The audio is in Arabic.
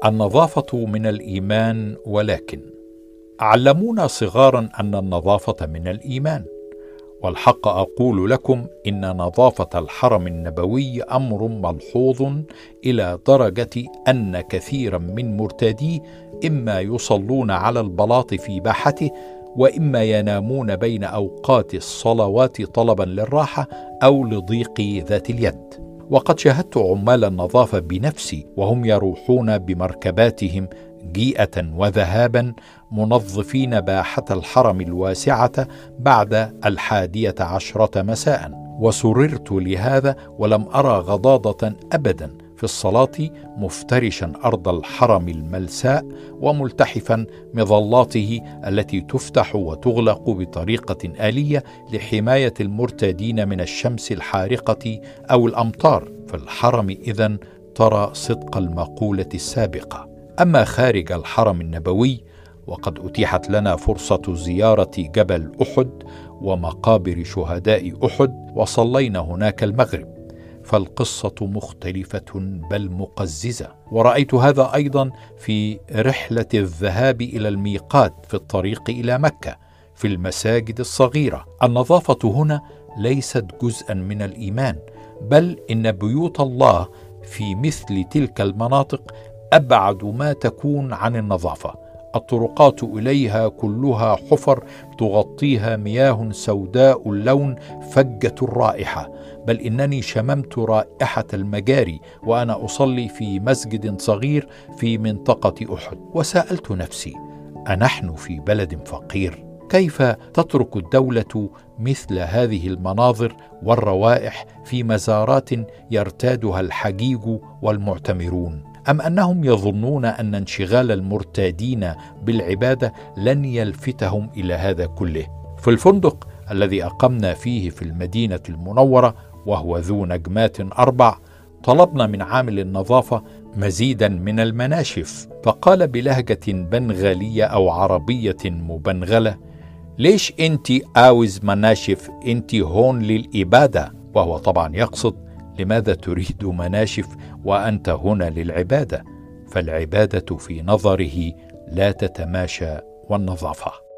النظافة من الإيمان، ولكن علمونا صغارا أن النظافة من الإيمان، والحق أقول لكم إن نظافة الحرم النبوي أمر ملحوظ إلى درجة أن كثيرا من مرتاديه إما يصلون على البلاط في باحته، وإما ينامون بين أوقات الصلوات طلبا للراحة أو لضيق ذات اليد. وقد شاهدت عمال النظافة بنفسي وهم يروحون بمركباتهم جيئة وذهابا منظفين باحة الحرم الواسعة بعد 11 مساء، وسررت لهذا ولم أرى غضاضة أبدا في الصلاة، مفترشا أرض الحرم الملساء وملتحفا مظلاته التي تفتح وتغلق بطريقة آلية لحماية المرتادين من الشمس الحارقة أو الأمطار. في الحرم إذن ترى صدق المقولة السابقة. أما خارج الحرم النبوي، وقد أتيحت لنا فرصة زيارة جبل أحد ومقابر شهداء أحد، وصلينا هناك المغرب، فالقصة مختلفة بل مقززة. ورأيت هذا أيضا في رحلة الذهاب إلى الميقات في الطريق إلى مكة في المساجد الصغيرة. النظافة هنا ليست جزءا من الإيمان، بل إن بيوت الله في مثل تلك المناطق أبعد ما تكون عن النظافة. الطرقات إليها كلها حفر تغطيها مياه سوداء اللون فجة الرائحة، بل إنني شممت رائحة المجاري وأنا أصلي في مسجد صغير في منطقة أحد، وسألت نفسي: أنحن في بلد فقير؟ كيف تترك الدولة مثل هذه المناظر والروائح في مزارات يرتادها الحجيج والمعتمرون؟ أم أنهم يظنون أن انشغال المرتادين بالعبادة لن يلفتهم إلى هذا كله؟ في الفندق الذي أقمنا فيه في المدينة المنورة، وهو ذو نجمات 4، طلبنا من عامل النظافة مزيدا من المناشف، فقال بلهجة بنغالية أو عربية مبنغلة: ليش انتي عاوز مناشف؟ انتي هون للإبادة. وهو طبعا يقصد: لماذا تريد مناشف وأنت هنا للعبادة؟ فالعبادة في نظره لا تتماشى والنظافة.